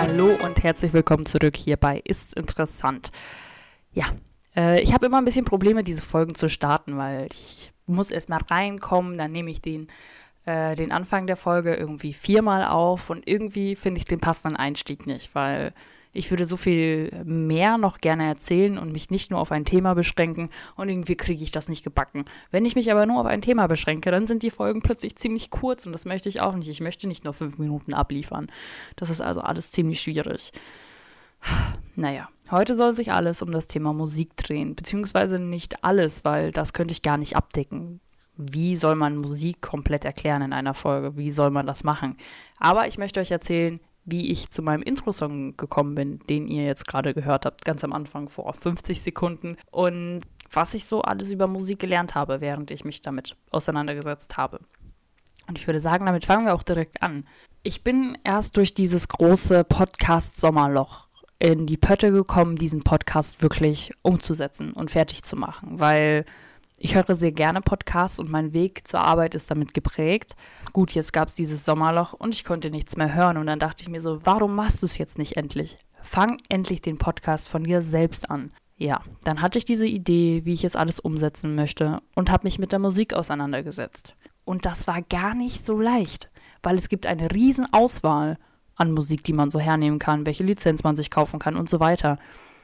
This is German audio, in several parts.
Hallo und herzlich willkommen zurück hier bei Ist's interessant. Ja, ich habe immer ein bisschen Probleme, diese Folgen zu starten, weil ich muss erstmal reinkommen, dann nehme ich den Anfang der Folge irgendwie 4-mal auf und irgendwie finde ich den passenden Einstieg nicht, weil ich würde so viel mehr noch gerne erzählen und mich nicht nur auf ein Thema beschränken und irgendwie kriege ich das nicht gebacken. Wenn ich mich aber nur auf ein Thema beschränke, dann sind die Folgen plötzlich ziemlich kurz und das möchte ich auch nicht. Ich möchte nicht nur 5 Minuten abliefern. Das ist also alles ziemlich schwierig. Naja, heute soll sich alles um das Thema Musik drehen, beziehungsweise nicht alles, weil das könnte ich gar nicht abdecken. Wie soll man Musik komplett erklären in einer Folge? Wie soll man das machen? Aber ich möchte euch erzählen, wie ich zu meinem Intro-Song gekommen bin, den ihr jetzt gerade gehört habt, ganz am Anfang vor 50 Sekunden. Und was ich so alles über Musik gelernt habe, während ich mich damit auseinandergesetzt habe. Und ich würde sagen, damit fangen wir auch direkt an. Ich bin erst durch dieses große Podcast-Sommerloch in die Pötte gekommen, diesen Podcast wirklich umzusetzen und fertig zu machen, weil ich höre sehr gerne Podcasts und mein Weg zur Arbeit ist damit geprägt. Gut, jetzt gab es dieses Sommerloch und ich konnte nichts mehr hören und dann dachte ich mir so, warum machst du es jetzt nicht endlich? Fang endlich den Podcast von dir selbst an. Ja, dann hatte ich diese Idee, wie ich es alles umsetzen möchte und habe mich mit der Musik auseinandergesetzt. Und das war gar nicht so leicht, weil es gibt eine riesen Auswahl an Musik, die man so hernehmen kann, welche Lizenz man sich kaufen kann und so weiter.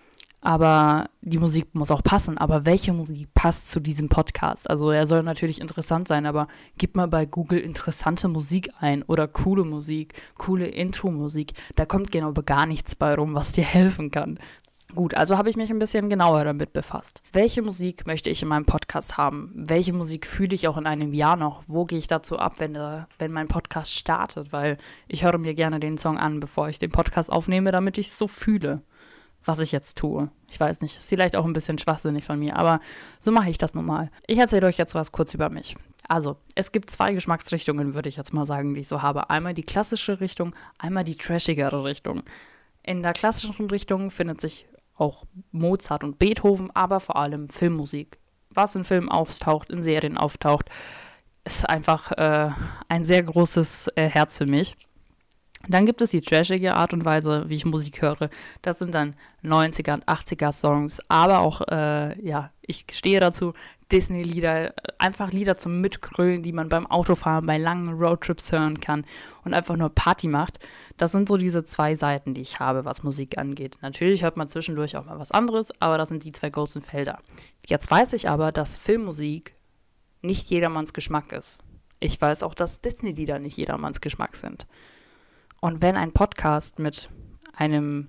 Aber die Musik muss auch passen. Aber welche Musik passt zu diesem Podcast? Also er soll natürlich interessant sein, aber gib mal bei Google interessante Musik ein oder coole Musik, coole Intro-Musik. Da kommt genau gar nichts bei rum, was dir helfen kann. Gut, also habe ich mich ein bisschen genauer damit befasst. Welche Musik möchte ich in meinem Podcast haben? Welche Musik fühle ich auch in einem Jahr noch? Wo gehe ich dazu ab, wenn mein Podcast startet? Weil ich höre mir gerne den Song an, bevor ich den Podcast aufnehme, damit ich es so fühle, was ich jetzt tue. Ich weiß nicht, ist vielleicht auch ein bisschen schwachsinnig von mir, aber so mache ich das nun mal. Ich erzähle euch jetzt was kurz über mich. Also, es gibt 2 Geschmacksrichtungen, würde ich jetzt mal sagen, die ich so habe. Einmal die klassische Richtung, einmal die trashigere Richtung. In der klassischen Richtung findet sich auch Mozart und Beethoven, aber vor allem Filmmusik. Was in Filmen auftaucht, in Serien auftaucht, ist einfach ein sehr großes Herz für mich. Dann gibt es die trashige Art und Weise, wie ich Musik höre. Das sind dann 90er und 80er Songs, aber auch, ich stehe dazu, Disney-Lieder, einfach Lieder zum Mitgrölen, die man beim Autofahren, bei langen Roadtrips hören kann und einfach nur Party macht. Das sind so diese 2 Seiten, die ich habe, was Musik angeht. Natürlich hört man zwischendurch auch mal was anderes, aber das sind die 2 großen Felder. Jetzt weiß ich aber, dass Filmmusik nicht jedermanns Geschmack ist. Ich weiß auch, dass Disney-Lieder nicht jedermanns Geschmack sind. Und wenn ein Podcast mit einem,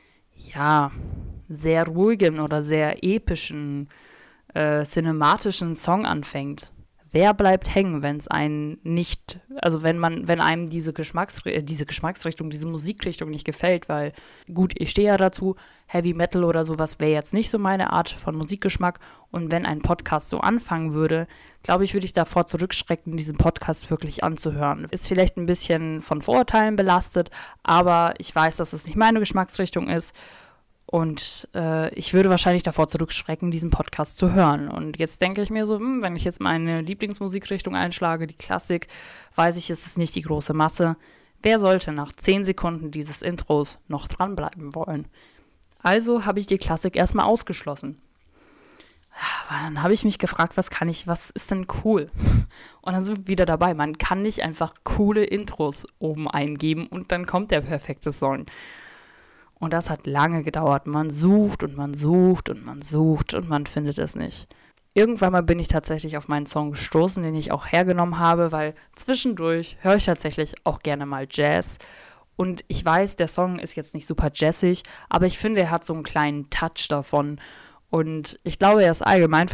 sehr ruhigen oder sehr epischen, cinematischen Song anfängt, wer bleibt hängen, wenn es einen nicht, also wenn einem diese Geschmacksrichtung, diese Musikrichtung nicht gefällt, weil, gut, ich stehe ja dazu, Heavy Metal oder sowas wäre jetzt nicht so meine Art von Musikgeschmack und wenn ein Podcast so anfangen würde, glaube ich, würde ich davor zurückschrecken, diesen Podcast wirklich anzuhören. Ist vielleicht ein bisschen von Vorurteilen belastet, aber ich weiß, dass es nicht meine Geschmacksrichtung ist. Und ich würde wahrscheinlich davor zurückschrecken, diesen Podcast zu hören. Und jetzt denke ich mir so, wenn ich jetzt meine Lieblingsmusikrichtung einschlage, die Klassik, weiß ich, es ist nicht die große Masse. Wer sollte nach 10 Sekunden dieses Intros noch dranbleiben wollen? Also habe ich die Klassik erstmal ausgeschlossen. Dann habe ich mich gefragt, was ist denn cool? Und dann sind wir wieder dabei. Man kann nicht einfach coole Intros oben eingeben und dann kommt der perfekte Song. Und das hat lange gedauert. Man sucht und man sucht und man sucht und man findet es nicht. Irgendwann mal bin ich tatsächlich auf meinen Song gestoßen, den ich auch hergenommen habe, weil zwischendurch höre ich tatsächlich auch gerne mal Jazz. Und ich weiß, der Song ist jetzt nicht super jazzig, aber ich finde, er hat so einen kleinen Touch davon. Und ich glaube, er ist allgemein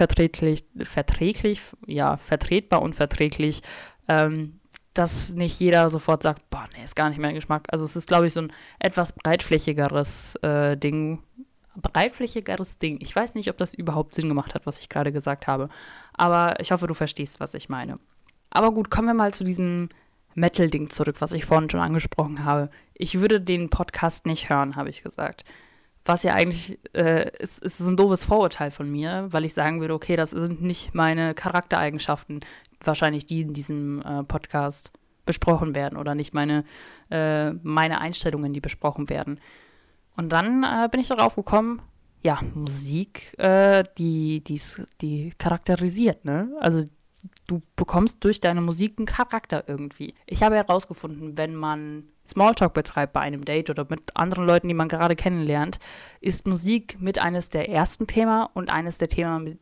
vertretbar und verträglich, dass nicht jeder sofort sagt, boah, nee, ist gar nicht mein Geschmack. Also es ist, glaube ich, so ein etwas breitflächigeres Ding. Ich weiß nicht, ob das überhaupt Sinn gemacht hat, was ich gerade gesagt habe. Aber ich hoffe, du verstehst, was ich meine. Aber gut, kommen wir mal zu diesem Metal-Ding zurück, was ich vorhin schon angesprochen habe. Ich würde den Podcast nicht hören, habe ich gesagt. Was ja eigentlich, ist ein doofes Vorurteil von mir, weil ich sagen würde, okay, das sind nicht meine Charaktereigenschaften, wahrscheinlich die in diesem Podcast besprochen werden oder nicht meine Einstellungen, die besprochen werden. Und dann bin ich darauf gekommen, ja, Musik, die charakterisiert, ne? Also du bekommst durch deine Musik einen Charakter irgendwie. Ich habe herausgefunden, wenn man Smalltalk betreibt bei einem Date oder mit anderen Leuten, die man gerade kennenlernt, ist Musik mit eines der ersten Themen und eines der Themen,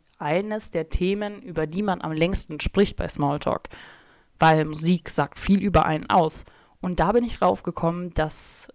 über die man am längsten spricht bei Smalltalk. Weil Musik sagt viel über einen aus. Und da bin ich drauf gekommen, dass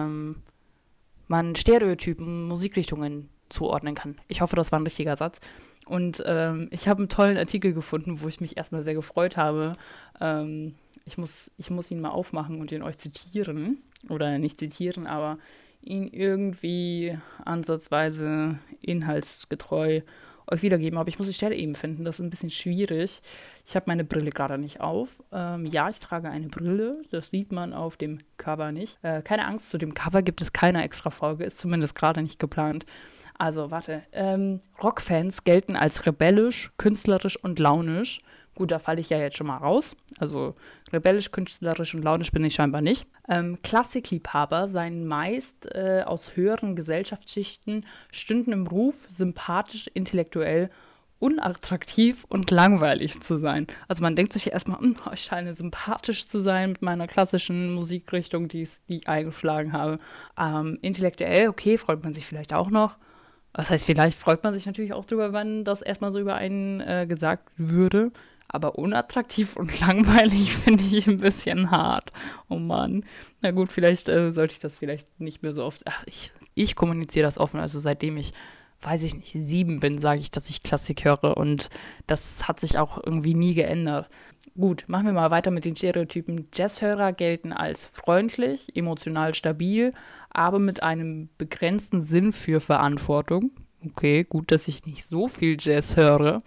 man Stereotypen, Musikrichtungen zuordnen kann. Ich hoffe, das war ein richtiger Satz. Und ich habe einen tollen Artikel gefunden, wo ich mich erstmal sehr gefreut habe. Ich muss ihn mal aufmachen und ihn euch zitieren. Oder nicht zitieren, aber ihn irgendwie ansatzweise inhaltsgetreu euch wiedergeben. Aber ich muss die Stelle eben finden. Das ist ein bisschen schwierig. Ich habe meine Brille gerade nicht auf. Ja, ich trage eine Brille. Das sieht man auf dem Cover nicht. Keine Angst, zu dem Cover gibt es keine extra Folge. Ist zumindest gerade nicht geplant. Also, warte. Rockfans gelten als rebellisch, künstlerisch und launisch. Gut, da falle ich ja jetzt schon mal raus. Also rebellisch, künstlerisch und launisch bin ich scheinbar nicht. Klassikliebhaber seien meist aus höheren Gesellschaftsschichten, stünden im Ruf, sympathisch, intellektuell, unattraktiv und langweilig zu sein. Also man denkt sich erstmal, ich scheine sympathisch zu sein mit meiner klassischen Musikrichtung, die ich eingeschlagen habe. Intellektuell, okay, freut man sich vielleicht auch noch. Das heißt, vielleicht freut man sich natürlich auch drüber, wenn das erstmal so über einen gesagt würde. Aber unattraktiv und langweilig finde ich ein bisschen hart. Oh Mann. Na gut, vielleicht sollte ich das vielleicht nicht mehr so oft. Ich kommuniziere das offen. Also seitdem ich, weiß ich nicht, 7 bin, sage ich, dass ich Klassik höre. Und das hat sich auch irgendwie nie geändert. Gut, machen wir mal weiter mit den Stereotypen. Jazzhörer gelten als freundlich, emotional stabil, aber mit einem begrenzten Sinn für Verantwortung. Okay, gut, dass ich nicht so viel Jazz höre.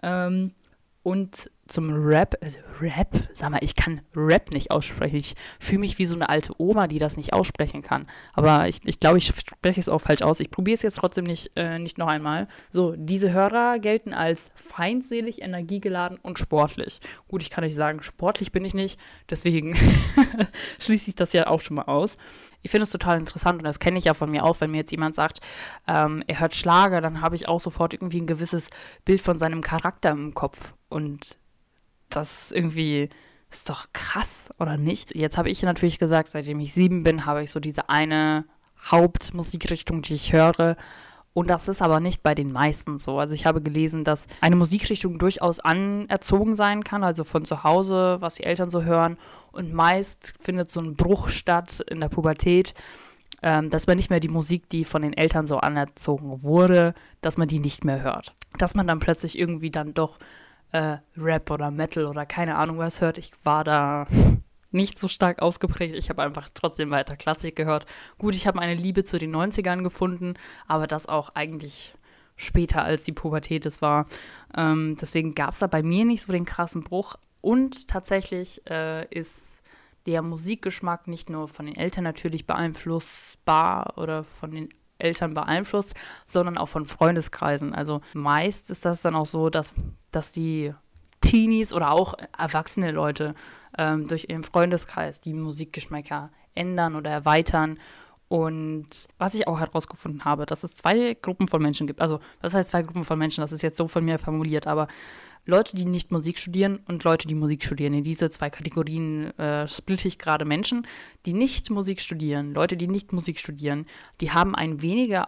Und zum Rap, sag mal, ich kann Rap nicht aussprechen. Ich fühle mich wie so eine alte Oma, die das nicht aussprechen kann. Aber ich glaube, ich spreche es auch falsch aus. Ich probiere es jetzt trotzdem nicht noch einmal. So, diese Hörer gelten als feindselig, energiegeladen und sportlich. Gut, ich kann euch sagen, sportlich bin ich nicht. Deswegen schließe ich das ja auch schon mal aus. Ich finde es total interessant und das kenne ich ja von mir auch, wenn mir jetzt jemand sagt, er hört Schlager, dann habe ich auch sofort irgendwie ein gewisses Bild von seinem Charakter im Kopf. Und das irgendwie ist doch krass, oder nicht? Jetzt habe ich natürlich gesagt, seitdem ich 7 bin, habe ich so diese eine Hauptmusikrichtung, die ich höre. Und das ist aber nicht bei den meisten so. Also ich habe gelesen, dass eine Musikrichtung durchaus anerzogen sein kann, also von zu Hause, was die Eltern so hören. Und meist findet so ein Bruch statt in der Pubertät, dass man nicht mehr die Musik, die von den Eltern so anerzogen wurde, dass man die nicht mehr hört. Dass man dann plötzlich irgendwie dann doch Rap oder Metal oder keine Ahnung was hört. Ich war da nicht so stark ausgeprägt. Ich habe einfach trotzdem weiter Klassik gehört. Gut, ich habe eine Liebe zu den 90ern gefunden, aber das auch eigentlich später als die Pubertät es war. Deswegen gab es da bei mir nicht so den krassen Bruch. Und tatsächlich ist der Musikgeschmack nicht nur von den Eltern natürlich beeinflussbar oder von den Eltern beeinflusst, sondern auch von Freundeskreisen. Also meist ist das dann auch so, dass die Teenies oder auch erwachsene Leute durch ihren Freundeskreis die Musikgeschmäcker ändern oder erweitern. Und was ich auch herausgefunden habe, dass es 2 Gruppen von Menschen gibt. Also, was heißt 2 Gruppen von Menschen? Das ist jetzt so von mir formuliert, aber Leute, die nicht Musik studieren und Leute, die Musik studieren. In diese 2 Kategorien splitte ich gerade Menschen, die nicht Musik studieren. Leute, die nicht Musik studieren, die haben einen weniger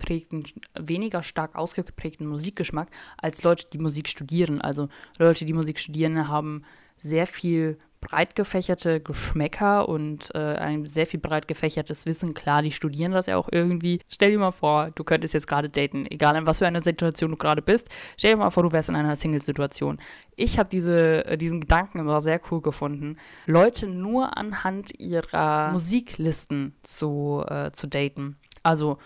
stark ausgeprägten Musikgeschmack als Leute, die Musik studieren. Also Leute, die Musik studieren, haben sehr viel breit gefächerte Geschmäcker und ein sehr viel breit gefächertes Wissen. Klar, die studieren das ja auch irgendwie. Stell dir mal vor, du könntest jetzt gerade daten, egal in was für einer Situation du gerade bist. Stell dir mal vor, du wärst in einer Single-Situation. Ich habe diesen Gedanken immer sehr cool gefunden, Leute nur anhand ihrer Musiklisten zu daten. Also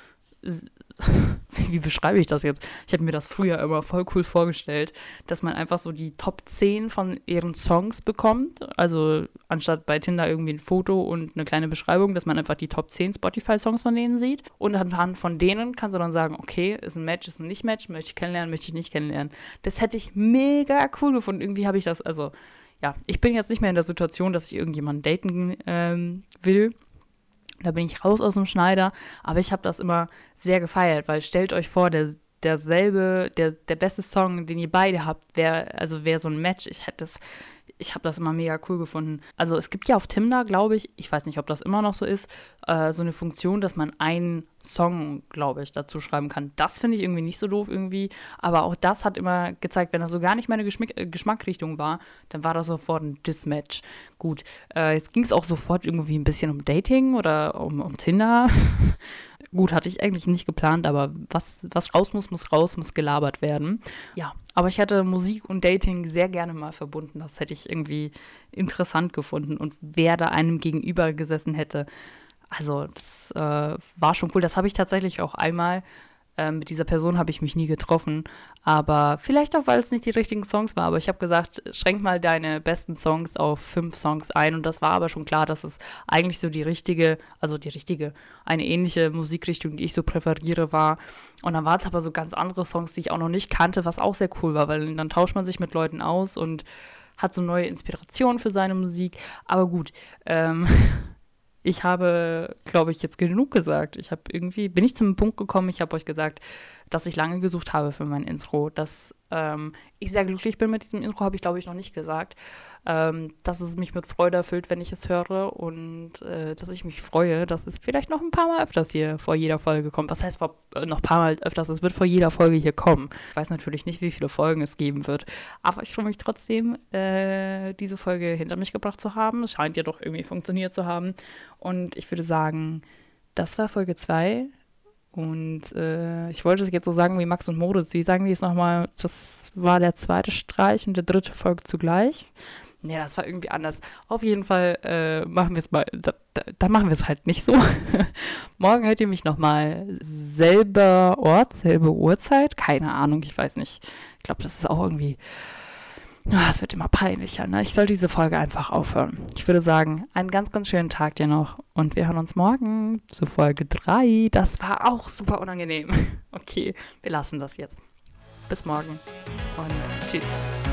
wie beschreibe ich das jetzt? Ich habe mir das früher immer voll cool vorgestellt, dass man einfach so die Top 10 von ihren Songs bekommt. Also anstatt bei Tinder irgendwie ein Foto und eine kleine Beschreibung, dass man einfach die Top 10 Spotify-Songs von denen sieht. Und anhand von denen kannst du dann sagen, okay, ist ein Match, ist ein Nicht-Match, möchte ich kennenlernen, möchte ich nicht kennenlernen. Das hätte ich mega cool gefunden. Irgendwie habe ich das, also ja, ich bin jetzt nicht mehr in der Situation, dass ich irgendjemanden daten will. Da bin ich raus aus dem Schneider, aber ich habe das immer sehr gefeiert, weil stellt euch vor, der beste Song, den ihr beide habt, wäre so ein Match. Ich habe das immer mega cool gefunden. Also es gibt ja auf Tinder, glaube ich weiß nicht, ob das immer noch so ist, so eine Funktion, dass man einen Song, glaube ich, dazu schreiben kann. Das finde ich irgendwie nicht so doof irgendwie, aber auch das hat immer gezeigt, wenn das so gar nicht meine Geschmackrichtung war, dann war das sofort ein Dismatch. Gut, jetzt ging es auch sofort irgendwie ein bisschen um Dating oder um Tinder. Gut, hatte ich eigentlich nicht geplant, aber was raus muss raus, muss gelabert werden. Ja, aber ich hätte Musik und Dating sehr gerne mal verbunden. Das hätte ich irgendwie interessant gefunden. Und wer da einem gegenüber gesessen hätte, also das war schon cool. Das habe ich tatsächlich auch einmal. Mit dieser Person habe ich mich nie getroffen, aber vielleicht auch, weil es nicht die richtigen Songs war. Aber ich habe gesagt, schränk mal deine besten Songs auf 5 Songs ein. Und das war aber schon klar, dass es eigentlich so eine ähnliche Musikrichtung, die ich so präferiere, war. Und dann waren es aber so ganz andere Songs, die ich auch noch nicht kannte, was auch sehr cool war, weil dann tauscht man sich mit Leuten aus und hat so neue Inspirationen für seine Musik. Aber gut, ich habe, glaube ich, jetzt genug gesagt. Bin ich zum Punkt gekommen, ich habe euch gesagt, dass ich lange gesucht habe für mein Intro. Dass ich sehr glücklich bin mit diesem Intro, habe ich, glaube ich, noch nicht gesagt. Dass es mich mit Freude erfüllt, wenn ich es höre und dass ich mich freue, dass es vielleicht noch ein paar Mal öfters hier vor jeder Folge kommt. Was heißt noch ein paar Mal öfters? Es wird vor jeder Folge hier kommen. Ich weiß natürlich nicht, wie viele Folgen es geben wird, aber ich freue mich trotzdem, diese Folge hinter mich gebracht zu haben. Es scheint ja doch irgendwie funktioniert zu haben und ich würde sagen, das war Folge 2. Und ich wollte es jetzt so sagen wie Max und Moritz. Die sagen dies nochmal, das war der 2. Streich und der 3. Folge zugleich. Nee, das war irgendwie anders. Auf jeden Fall machen wir es mal, da machen wir es halt nicht so. Morgen hört ihr mich nochmal. Selber Ort, selbe Uhrzeit. Keine Ahnung, ich weiß nicht. Ich glaube, das ist auch irgendwie... Es wird immer peinlicher, ne? Ich soll diese Folge einfach aufhören. Ich würde sagen, einen ganz, ganz schönen Tag dir noch. Und wir hören uns morgen zu Folge 3. Das war auch super unangenehm. Okay, wir lassen das jetzt. Bis morgen und tschüss.